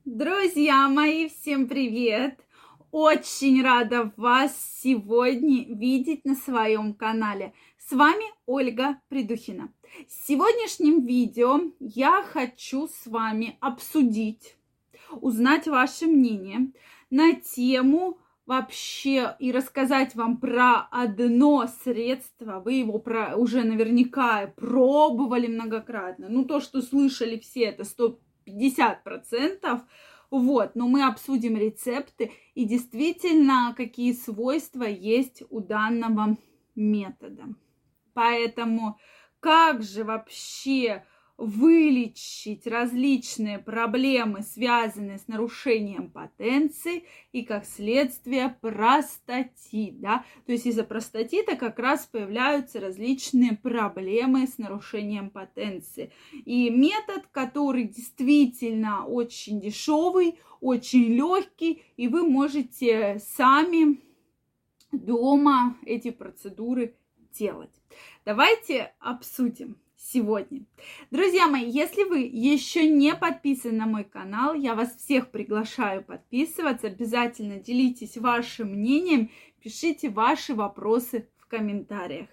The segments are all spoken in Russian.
Друзья мои, всем привет! Очень рада вас сегодня видеть на своем канале. С вами Ольга Придухина. В сегодняшнем видео я хочу с вами обсудить, узнать ваше мнение на тему вообще и рассказать вам про одно средство. Вы его уже наверняка пробовали многократно. То, что слышали все, это 150%. Но мы обсудим рецепты и действительно, какие свойства есть у данного метода. Поэтому как же вообще вылечить различные проблемы, связанные с нарушением потенции и, как следствие, простатит, да? То есть из-за простатита как раз появляются различные проблемы с нарушением потенции. И метод, который действительно очень дешевый, очень легкий, и вы можете сами дома эти процедуры делать. Давайте обсудим сегодня. Друзья мои, если вы еще не подписаны на мой канал, я вас всех приглашаю подписываться. Обязательно делитесь вашим мнением, пишите ваши вопросы в комментариях.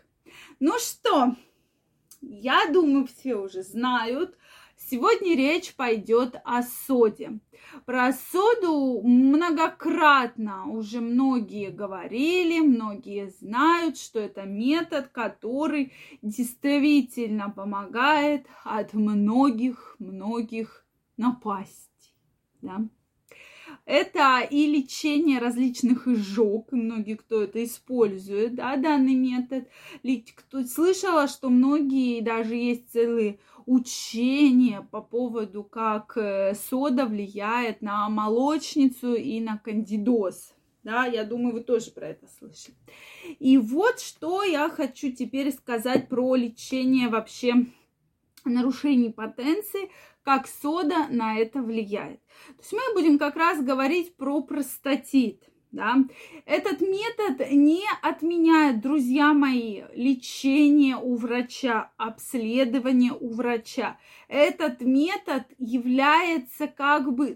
Я думаю, все уже знают. Сегодня речь пойдет о соде. Про соду многократно уже многие говорили, многие знают, что это метод, который действительно помогает от многих напастей. Да? Это и лечение различных изжог, многие кто это использует, да, данный метод. Кто слышала, что многие, даже есть целые учения по поводу, как сода влияет на молочницу и на кандидоз. Да, я думаю, вы тоже про это слышали. И вот что я хочу теперь сказать про лечение вообще нарушений потенции, как сода на это влияет. То есть мы будем как раз говорить про простатит. Да? Этот метод не отменяет, друзья мои, лечение у врача, обследование у врача. Этот метод является как бы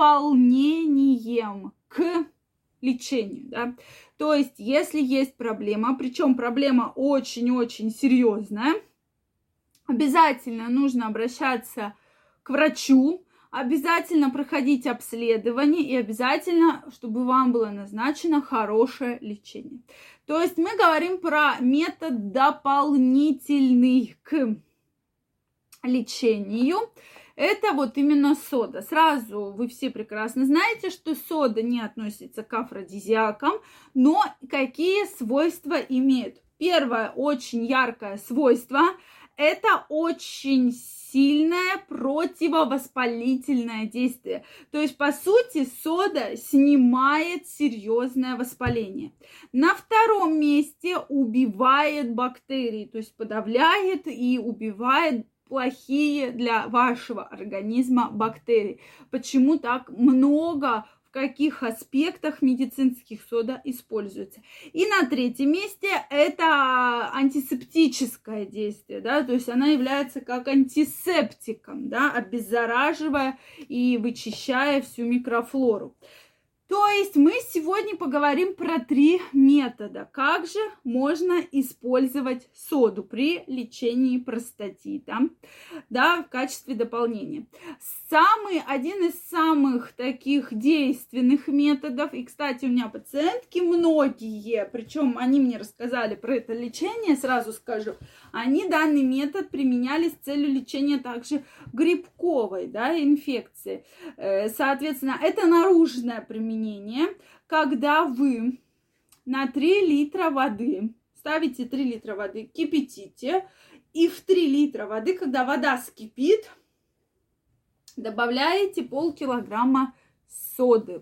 дополнением к лечению. Да? То есть, если есть проблема, причем проблема очень-очень серьезная, обязательно нужно обращаться к врачу, обязательно проходить обследование и обязательно, чтобы вам было назначено хорошее лечение. То есть мы говорим про метод дополнительный к лечению. Это вот именно сода. Сразу вы все прекрасно знаете, что сода не относится к афродизиакам, но какие свойства имеет? Первое очень яркое свойство – это очень сильное противовоспалительное действие. То есть, по сути, сода снимает серьезное воспаление. На втором месте убивает бактерии, то есть подавляет и убивает плохие для вашего организма бактерии. Почему так много, в каких аспектах медицинских сода используется? И на третьем месте это антисептическое действие, да, то есть она является как антисептиком, да, обеззараживая и вычищая всю микрофлору. То есть мы сегодня поговорим про 3 метода. Как же можно использовать соду при лечении простатита, да, в качестве дополнения. Один из самых таких действенных методов, и, кстати, у меня пациентки многие, причем они мне рассказали про это лечение, сразу скажу, они данный метод применяли с целью лечения также грибковой, да, инфекции. Соответственно, это наружное применение, когда вы на 3 литра воды ставите 3 литра воды, кипятите, и в 3 литра воды, когда вода вскипит, добавляете полкилограмма соды.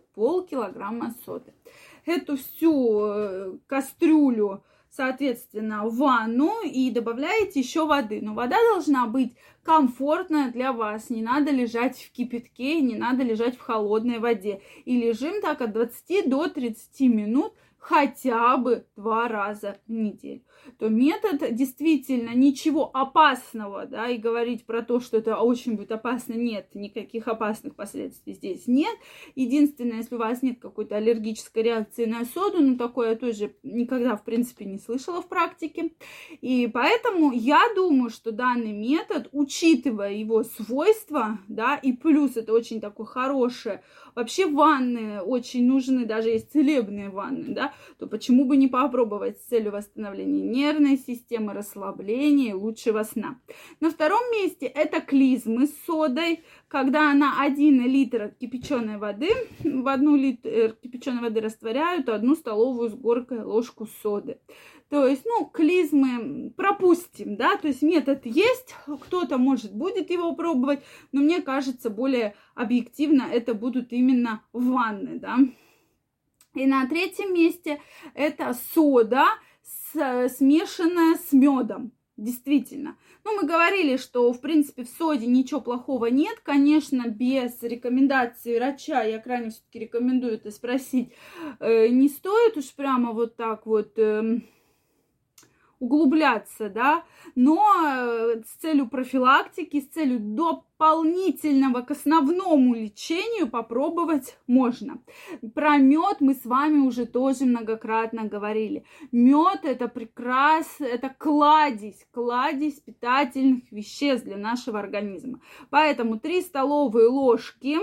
Эту всю кастрюлю, соответственно, в ванну и добавляете еще воды. Но вода должна быть комфортная для вас. Не надо лежать в кипятке, не надо лежать в холодной воде. И лежим так от 20 до 30 минут хотя бы 2 раза в неделю. То метод действительно ничего опасного, да, и говорить про то, что это очень будет опасно, нет, никаких опасных последствий здесь нет. Единственное, если у вас нет какой-то аллергической реакции на соду, ну, такое я тоже никогда, в принципе, не слышала в практике. И поэтому я думаю, что данный метод, учитывая его свойства, да, и плюс это очень такое хорошее, вообще ванны очень нужны, даже есть целебные ванны, да, то почему бы не попробовать с целью восстановления нервной системы, расслабления и лучшего сна. На втором месте это клизмы с содой, когда на 1 литр кипяченой воды, в 1 литр кипяченой воды растворяют 1 столовую с горкой ложку соды. То есть, ну, клизмы пропустим, да, то есть метод есть, кто-то, может, будет его пробовать, но мне кажется, более объективно это будут именно ванны, да. И на третьем месте это сода, смешанная с медом. Действительно. Ну, мы говорили, что, в принципе, в соде ничего плохого нет. Конечно, без рекомендации врача, я крайне все-таки рекомендую это спросить, не стоит уж прямо вот так вот углубляться, да, но с целью профилактики, с целью дополнительного к основному лечению попробовать можно. Про мед мы с вами уже тоже многократно говорили. Мед это прекрасно, это кладезь питательных веществ для нашего организма. Поэтому 3 столовые ложки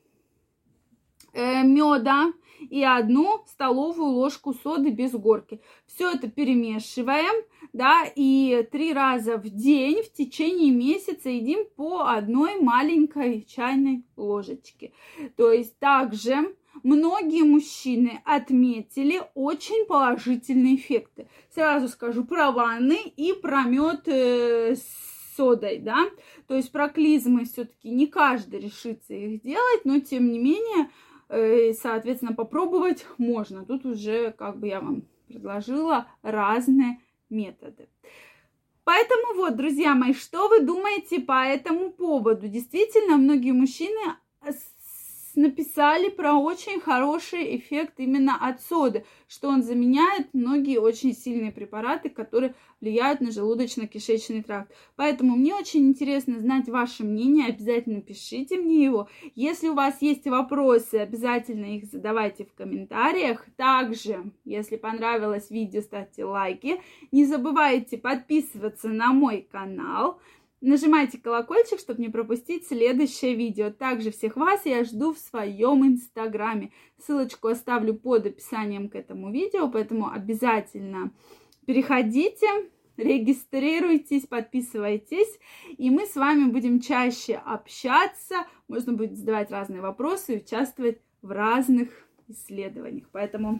меда и 1 столовую ложку соды без горки. Все это перемешиваем, да, и 3 раза в день в течение месяца едим по 1 маленькой чайной ложечке. То есть также многие мужчины отметили очень положительные эффекты. Сразу скажу про ванны и про мед с содой, да. То есть про клизмы все-таки не каждый решится их делать, но тем не менее, соответственно, попробовать можно. Тут уже, как бы я вам предложила, разные методы. Поэтому вот, друзья мои, что вы думаете по этому поводу? Действительно, многие мужчины написали про очень хороший эффект именно от соды, что он заменяет многие очень сильные препараты, которые влияют на желудочно-кишечный тракт. Поэтому мне очень интересно знать ваше мнение, обязательно пишите мне его. Если у вас есть вопросы, обязательно их задавайте в комментариях. Также, если понравилось видео, ставьте лайки. Не забывайте подписываться на мой канал. Нажимайте колокольчик, чтобы не пропустить следующее видео. Также всех вас я жду в своем инстаграме. Ссылочку оставлю под описанием к этому видео, поэтому обязательно переходите, регистрируйтесь, подписывайтесь, и мы с вами будем чаще общаться, можно будет задавать разные вопросы и участвовать в разных исследованиях. Поэтому,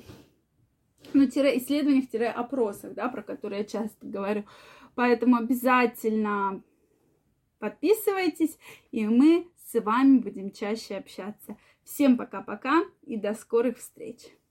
исследованиях-опросах, да, про которые я часто говорю. Поэтому обязательно подписывайтесь, и мы с вами будем чаще общаться. Всем пока-пока и до скорых встреч!